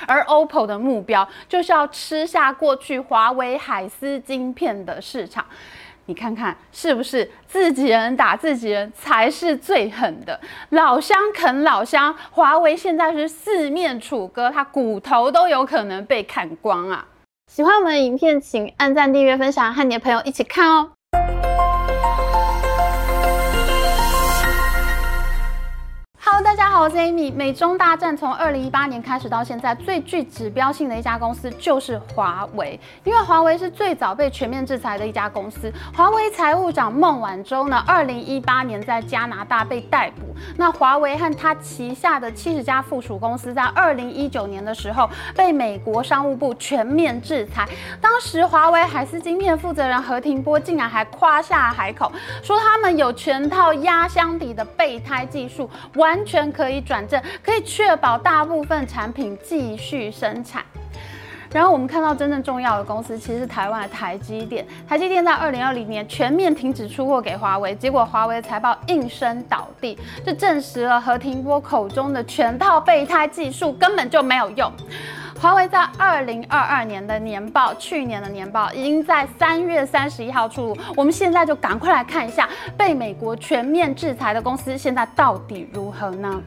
而 OPPO 的目标就是要吃下过去华为海思晶片的市场。你看看是不是自己人打自己人才是最狠的？老乡啃老乡，华为现在是四面楚歌，它骨头都有可能被砍光啊！喜欢我们的影片，请按赞、订阅、分享，和你的朋友一起看哦。Hello， 大家好，我是 Amy。美中大战从2018年开始到现在，最具指标性的一家公司就是华为，因为华为是最早被全面制裁的一家公司。华为财务长孟晚舟呢，2018年在加拿大被逮捕。那华为和他旗下的70家附属公司在2019年的时候被美国商务部全面制裁。当时华为海思晶片负责人何庭波竟然还夸下海口，说他们有全套压箱底的备胎技术，完全可以转正，可以确保大部分产品继续生产。然后我们看到真正重要的公司其实是台湾的台积电。台积电在2020年全面停止出货给华为，结果华为财报应声倒地，这证实了何庭波口中的全套备胎技术根本就没有用。华为在2022年的年报，去年的年报已经在3月31号出炉。我们现在就赶快来看一下被美国全面制裁的公司现在到底如何呢？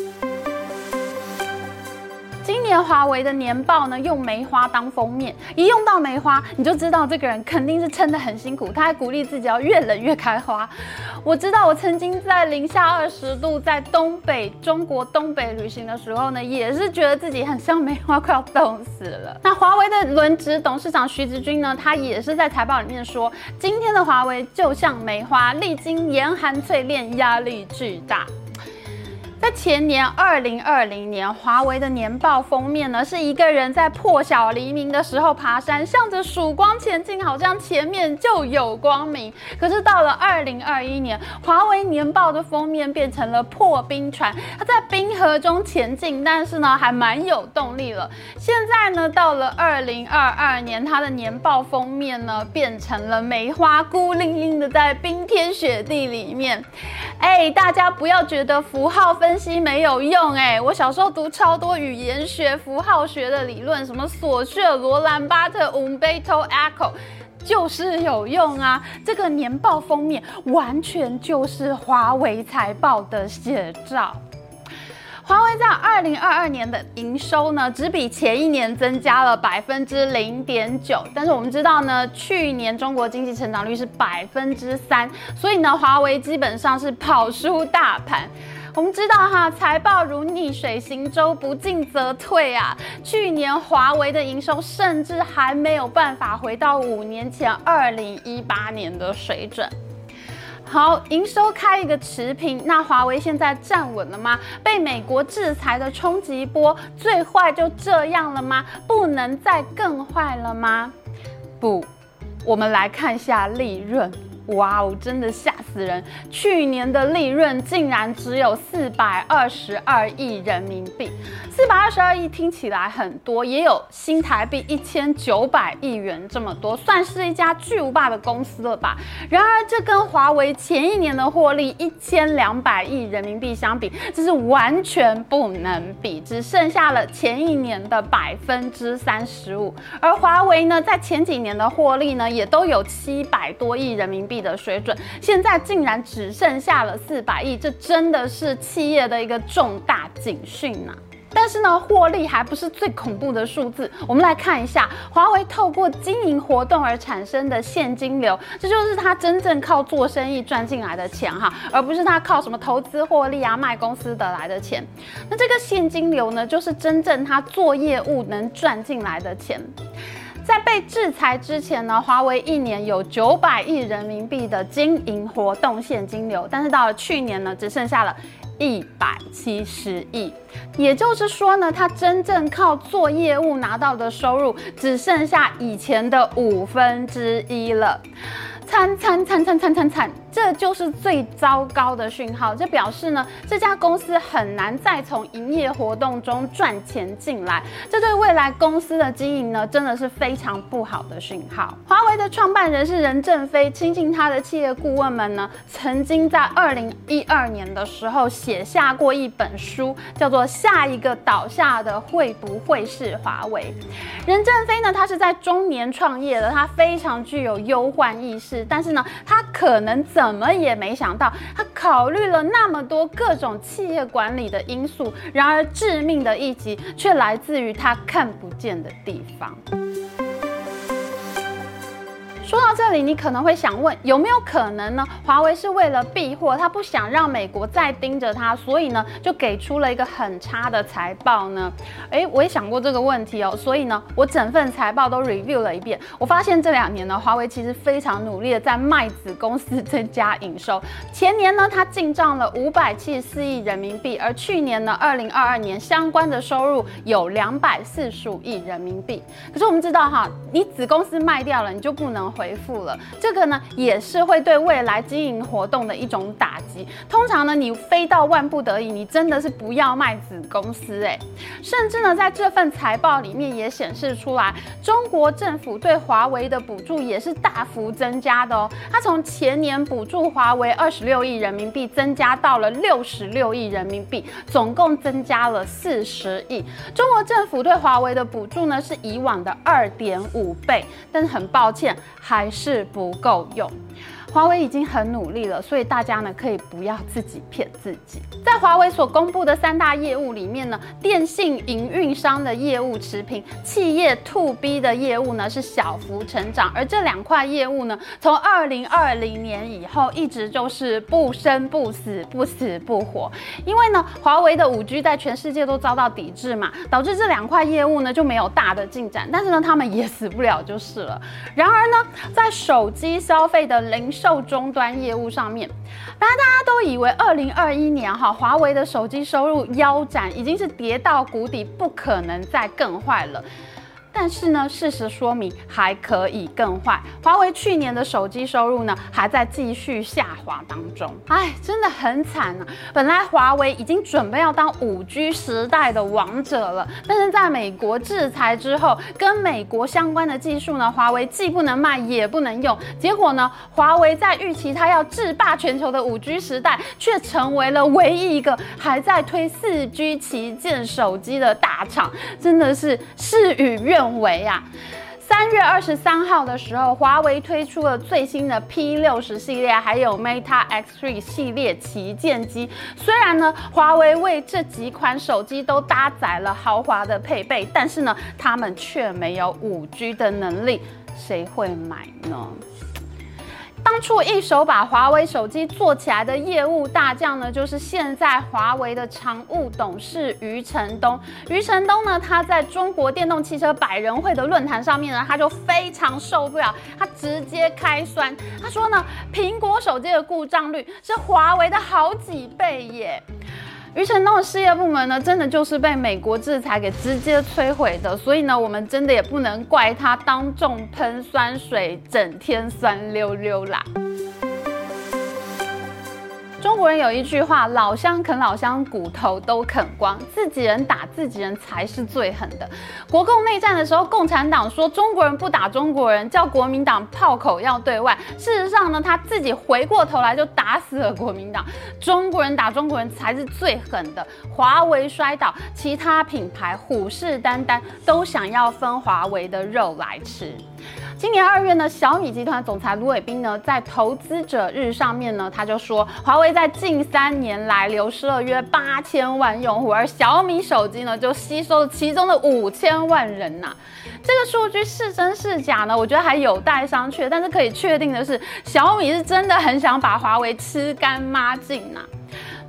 今年华为的年报呢，用梅花当封面，一用到梅花，你就知道这个人肯定是撑得很辛苦。他还鼓励自己要越冷越开花。我知道，我曾经在-20度在中国东北旅行的时候呢，也是觉得自己很像梅花，快要冻死了。那华为的轮值董事长徐直军呢，他也是在财报里面说，今天的华为就像梅花，历经严寒淬炼，压力巨大。在前年2020年，华为的年报封面呢，是一个人在破晓黎明的时候爬山，向着曙光前进，好像前面就有光明。可是到了2021年，华为年报的封面变成了破冰船，它在冰河中前进，但是呢，还蛮有动力了。现在呢，到了2022年，它的年报封面呢，变成了梅花，孤零零的在冰天雪地里面。大家不要觉得符号分析没有用我小时候读超多语言学、符号学的理论，什么索绪尔、罗兰巴特、Umberto Eco， 就是有用啊！这个年报封面完全就是华为财报的写照。华为在2022年的营收呢，只比前一年增加了0.9%，但是我们知道呢，去年中国经济成长率是3%，所以呢，华为基本上是跑输大盘。我们知道哈，财报如逆水行舟，不进则退啊。去年华为的营收甚至还没有办法回到5年前2018年的水准。好，营收开一个持平，那华为现在站稳了吗？被美国制裁的冲击波，最坏就这样了吗？不能再更坏了吗？不，我们来看一下利润。哇哦，真的吓死人！去年的利润竟然只有422亿人民币，422亿听起来很多，也有新台币1900亿元这么多，算是一家巨无霸的公司了吧？然而，这跟华为前一年的获利1200亿人民币相比，这是完全不能比，只剩下了前一年的35%。而华为呢，在前几年的获利呢，也都有700多亿人民币的水准，现在竟然只剩下了400亿，这真的是企业的一个重大警讯啊！但是呢，获利还不是最恐怖的数字。我们来看一下，华为透过经营活动而产生的现金流，这就是他真正靠做生意赚进来的钱哈，而不是他靠什么投资获利啊、卖公司得来的钱。那这个现金流呢，就是真正他做业务能赚进来的钱。在被制裁之前呢，华为一年有900亿人民币的经营活动现金流，但是到了去年呢，只剩下了170亿，也就是说呢，他真正靠做业务拿到的收入只剩下以前的1/5了。惨， 这就是最糟糕的讯号。这表示呢，这家公司很难再从营业活动中赚钱进来，这对未来公司的经营呢，真的是非常不好的讯号。华为的创办人是任正非，亲近他的企业顾问们呢，曾经在2012年的时候写下过一本书，叫做《下一个倒下的会不会是华为》。任正非呢，他是在中年创业的，他非常具有忧患意识，但是呢，他可能怎么也没想到，他考虑了那么多各种企业管理的因素，然而致命的一击却来自于他看不见的地方。说到这里，你可能会想问，有没有可能呢？华为是为了避祸，他不想让美国再盯着他，所以呢，就给出了一个很差的财报呢？我也想过这个问题哦，所以呢，我整份财报都 review 了一遍，我发现这2年呢，华为其实非常努力的在卖子公司增加营收。前年呢，它进账了574亿人民币，而去年呢，2022年相关的收入有245亿人民币。可是我们知道哈，你子公司卖掉了，你就不能回复了，这个呢也是会对未来经营活动的一种打击。通常呢，你非到万不得已，你真的是不要卖子公司甚至呢，在这份财报里面也显示出来，中国政府对华为的补助也是大幅增加的哦。它从前年补助华为26亿人民币，增加到了66亿人民币，总共增加了40亿。中国政府对华为的补助呢，是以往的2.5倍，但是很抱歉，还是不够用。华为已经很努力了，所以大家呢可以不要自己骗自己。在华为所公布的3大业务里面呢，电信营运商的业务持平，企业 To B 的业务呢是小幅成长，而这2块业务呢，从2020年以后一直就是不生不死，不死不活。因为呢，华为的5G 在全世界都遭到抵制嘛，导致这2块业务呢就没有大的进展，但是呢，他们也死不了就是了。然而呢，在手机消费的零售终端业务上面，大家都以为2021年华为的手机收入腰斩，已经是跌到谷底，不可能再更坏了。但是呢，事实说明还可以更坏。华为去年的手机收入呢，还在继续下滑当中。真的很惨啊！本来华为已经准备要当5G 时代的王者了，但是在美国制裁之后，跟美国相关的技术呢，华为既不能卖也不能用。结果呢，华为在预期它要制霸全球的5G 时代，却成为了唯一一个还在推4G 旗舰手机的大厂，真的是事与愿违啊！3月23号的时候，华为推出了最新的 P60 系列，还有 Mate X3 系列旗舰机。虽然呢，华为为这几款手机都搭载了豪华的配备，但是呢，他们却没有5G 的能力，谁会买呢？当初一手把华为手机做起来的业务大将呢，就是现在华为的常务董事余承东。余承东呢，他在中国电动汽车百人会的论坛上面呢，他就非常受不了，他直接开酸，他说呢，苹果手机的故障率是华为的好几倍耶。余承东的事业部门呢，真的就是被美国制裁给直接摧毁的，所以呢，我们真的也不能怪他当众喷酸水，整天酸溜溜啦。中国人有一句话，老乡啃老乡，骨头都啃光，自己人打自己人才是最狠的。国共内战的时候，共产党说中国人不打中国人，叫国民党炮口要对外。事实上呢，他自己回过头来就打死了国民党。中国人打中国人才是最狠的。华为摔倒，其他品牌虎视眈眈，都想要分华为的肉来吃。今年2月呢，小米集团总裁卢伟斌呢，在投资者日上面呢，他就说，华为在近3年来流失了约8000万用户，而小米手机呢，就吸收了其中的5000万人呐。这个数据是真是假呢？我觉得还有待商榷，但是可以确定的是，小米是真的很想把华为吃干抹净呐。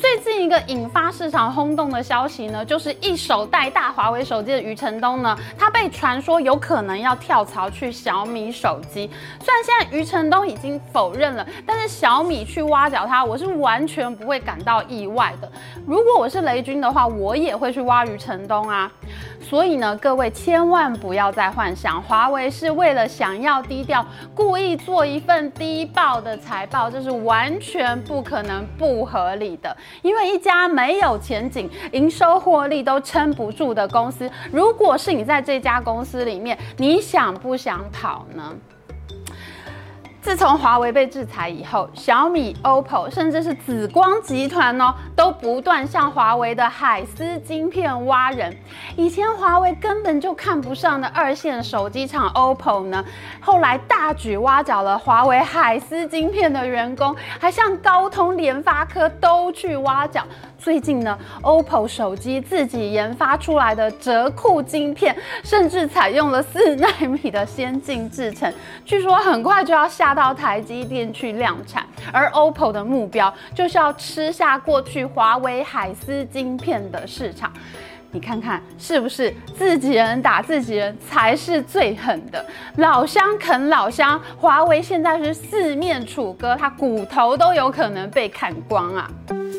最近一个引发市场轰动的消息呢，就是一手带大华为手机的余承东呢，他被传说有可能要跳槽去小米手机。虽然现在余承东已经否认了，但是小米去挖角他，我是完全不会感到意外的。如果我是雷军的话，我也会去挖余承东啊。所以呢，各位千万不要再幻想华为是为了想要低调，故意做一份低报的财报，这是完全不可能、不合理的。因为一家没有前景、营收获利都撑不住的公司，如果是你在这家公司里面，你想不想跑呢？自从华为被制裁以后，小米、OPPO 甚至是紫光集团都不断向华为的海思晶片挖人。以前华为根本就看不上的二线手机厂 OPPO 呢，后来大举挖角了华为海思晶片的员工，还向高通、联发科都去挖角。最近呢 ，OPPO 手机自己研发出来的折库晶片，甚至采用了4奈米的先进制程，据说很快就要下到台积电去量产。而 OPPO 的目标就是要吃下过去华为海思晶片的市场。你看看是不是自己人打自己人才是最狠的？老乡啃老乡，华为现在是四面楚歌，它骨头都有可能被砍光啊！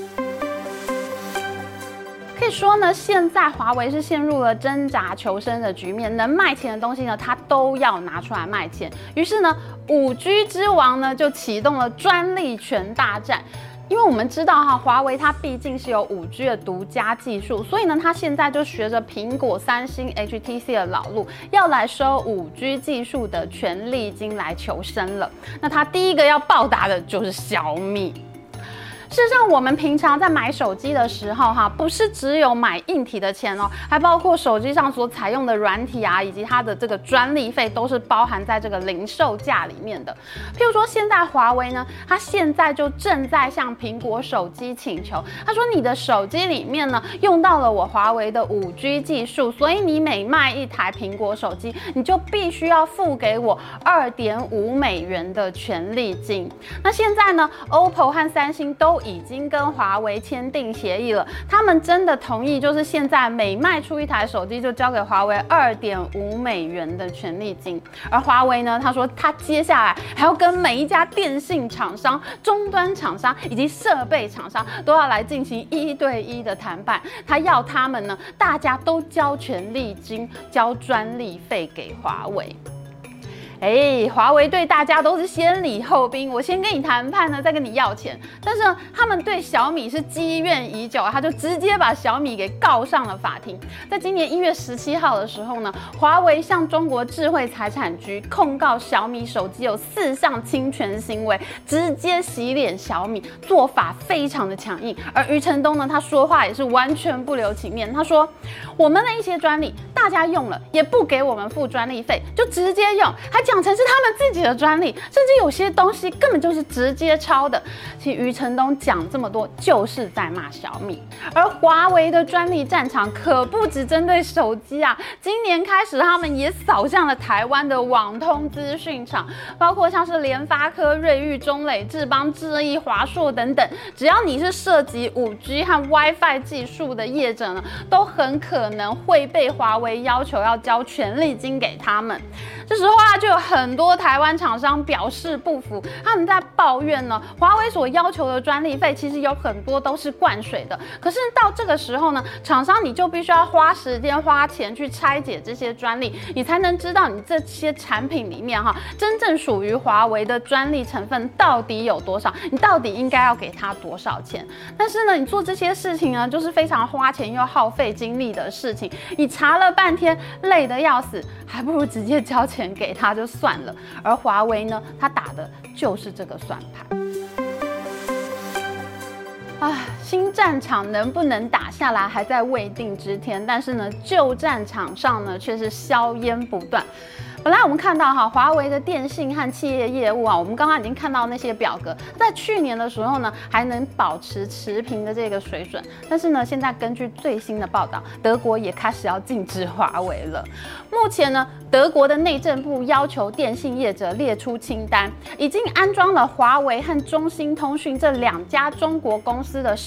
可以说呢，现在华为是陷入了挣扎求生的局面，能卖钱的东西呢，它都要拿出来卖钱。于是呢，5G 之王呢就启动了专利权大战。因为我们知道华为它毕竟是有5G 的独家技术，所以呢，它现在就学着苹果、三星、HTC 的老路，要来收5G 技术的权利金来求生了。那它第一个要报答的就是小米。事实上，我们平常在买手机的时候，不是只有买硬体的钱还包括手机上所采用的软体啊，以及它的这个专利费，都是包含在这个零售价里面的。譬如说，现在华为呢，它现在就正在向苹果手机请求，他说你的手机里面呢用到了我华为的5G 技术，所以你每卖一台苹果手机，你就必须要付给我2.5美元的权利金。那现在呢 ，OPPO 和三星都已经跟华为签订协议了，他们真的同意，就是现在每卖出一台手机就交给华为2.5美元的权利金。而华为呢，他说他接下来还要跟每一家电信厂商、终端厂商以及设备厂商都要来进行1对1的谈判，他要他们呢，大家都交权利金、交专利费给华为。华为对大家都是先礼后兵，我先跟你谈判呢，再跟你要钱。但是呢，他们对小米是积怨已久，他就直接把小米给告上了法庭。在今年1月17号的时候呢，华为向中国智慧财产局控告小米手机有4项侵权行为，直接洗脸小米，做法非常的强硬。而余承东呢，他说话也是完全不留情面，他说我们的一些专利大家用了也不给我们付专利费，就直接用，还讲成是他们自己的专利，甚至有些东西根本就是直接抄的。其实余承东讲这么多，就是在骂小米。而华为的专利战场可不只针对手机啊，今年开始他们也扫向了台湾的网通资讯厂，包括像是联发科、瑞昱、中磊、智邦、智毅、华硕等等，只要你是涉及5G 和 WiFi 技术的业者呢，都很可能会被华为要求要交权利金给他们。这时候就有很多台湾厂商表示不服，他们在抱怨呢，华为所要求的专利费其实有很多都是灌水的。可是到这个时候呢，厂商你就必须要花时间、花钱去拆解这些专利，你才能知道你这些产品里面真正属于华为的专利成分到底有多少，你到底应该要给他多少钱。但是呢，你做这些事情呢，就是非常花钱又耗费精力的事情，你查了半天累得要死，还不如直接交钱给他就算了。而华为呢，他打的就是这个算盘。新战场能不能打下来还在未定之天，但是呢，旧战场上呢却是硝烟不断。本来我们看到华为的电信和企业业务我们刚刚已经看到那些表格，在去年的时候呢，还能保持持平的这个水准。但是呢，现在根据最新的报道，德国也开始要禁止华为了。目前呢，德国的内政部要求电信业者列出清单，已经安装了华为和中兴通讯这2家中国公司的设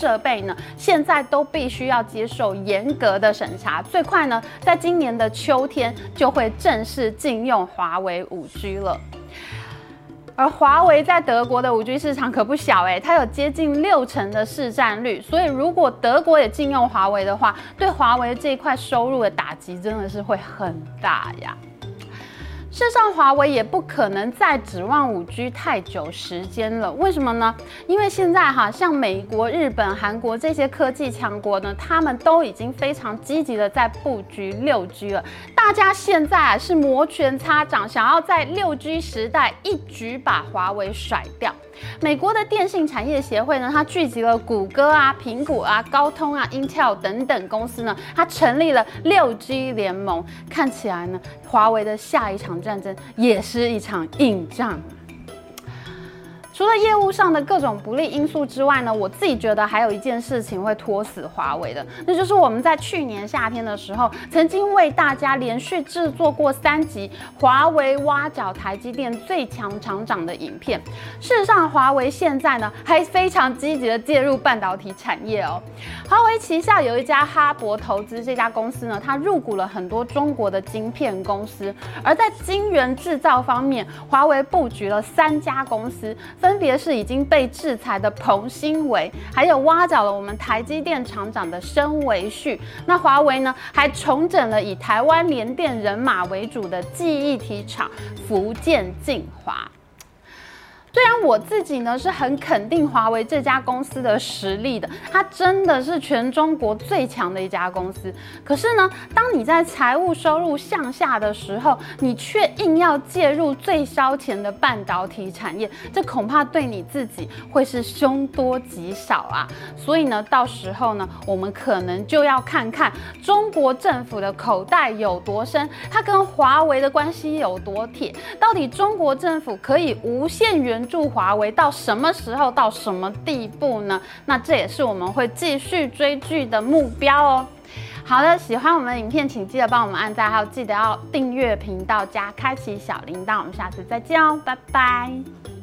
设备呢，现在都必须要接受严格的审查，最快呢，在今年的秋天就会正式禁用华为5G 了。而华为在德国的5G 市场可不小它有接近60%的市占率，所以如果德国也禁用华为的话，对华为这一块收入的打击真的是会很大呀。事实上，华为也不可能再指望5G 太久时间了。为什么呢？因为现在像美国、日本、韩国这些科技强国呢，他们都已经非常积极的在布局6G 了。大家现在是摩拳擦掌，想要在6G 时代一举把华为甩掉。美国的电信产业协会呢，它聚集了谷歌啊、苹果啊、高通啊、Intel 等等公司呢，它成立了6G 联盟。看起来呢，华为的下一场战争也是一场硬仗。除了业务上的各种不利因素之外呢，我自己觉得还有一件事情会拖死华为的，那就是我们在去年夏天的时候，曾经为大家连续制作过3集华为挖角台积电最强厂长的影片。事实上，华为现在呢还非常积极的介入半导体产业哦。华为旗下有一家哈勃投资这家公司呢，它入股了很多中国的晶片公司，而在晶圆制造方面，华为布局了3家公司。分别是已经被制裁的彭新伟，还有挖角了我们台积电厂长的申维旭。那华为呢，还重整了以台湾联电人马为主的记忆体厂福建晋华。虽然我自己呢是很肯定华为这家公司的实力的，它真的是全中国最强的一家公司。可是呢，当你在财务收入向下的时候，你却硬要介入最烧钱的半导体产业，这恐怕对你自己会是凶多吉少啊。所以呢，到时候呢，我们可能就要看看中国政府的口袋有多深，它跟华为的关系有多铁，到底中国政府可以无限援助华为到什么时候，到什么地步呢？那这也是我们会继续追剧的目标哦。好的，喜欢我们的影片，请记得帮我们按赞，还有记得要订阅频道加开启小铃铛。我们下次再见哦，拜拜。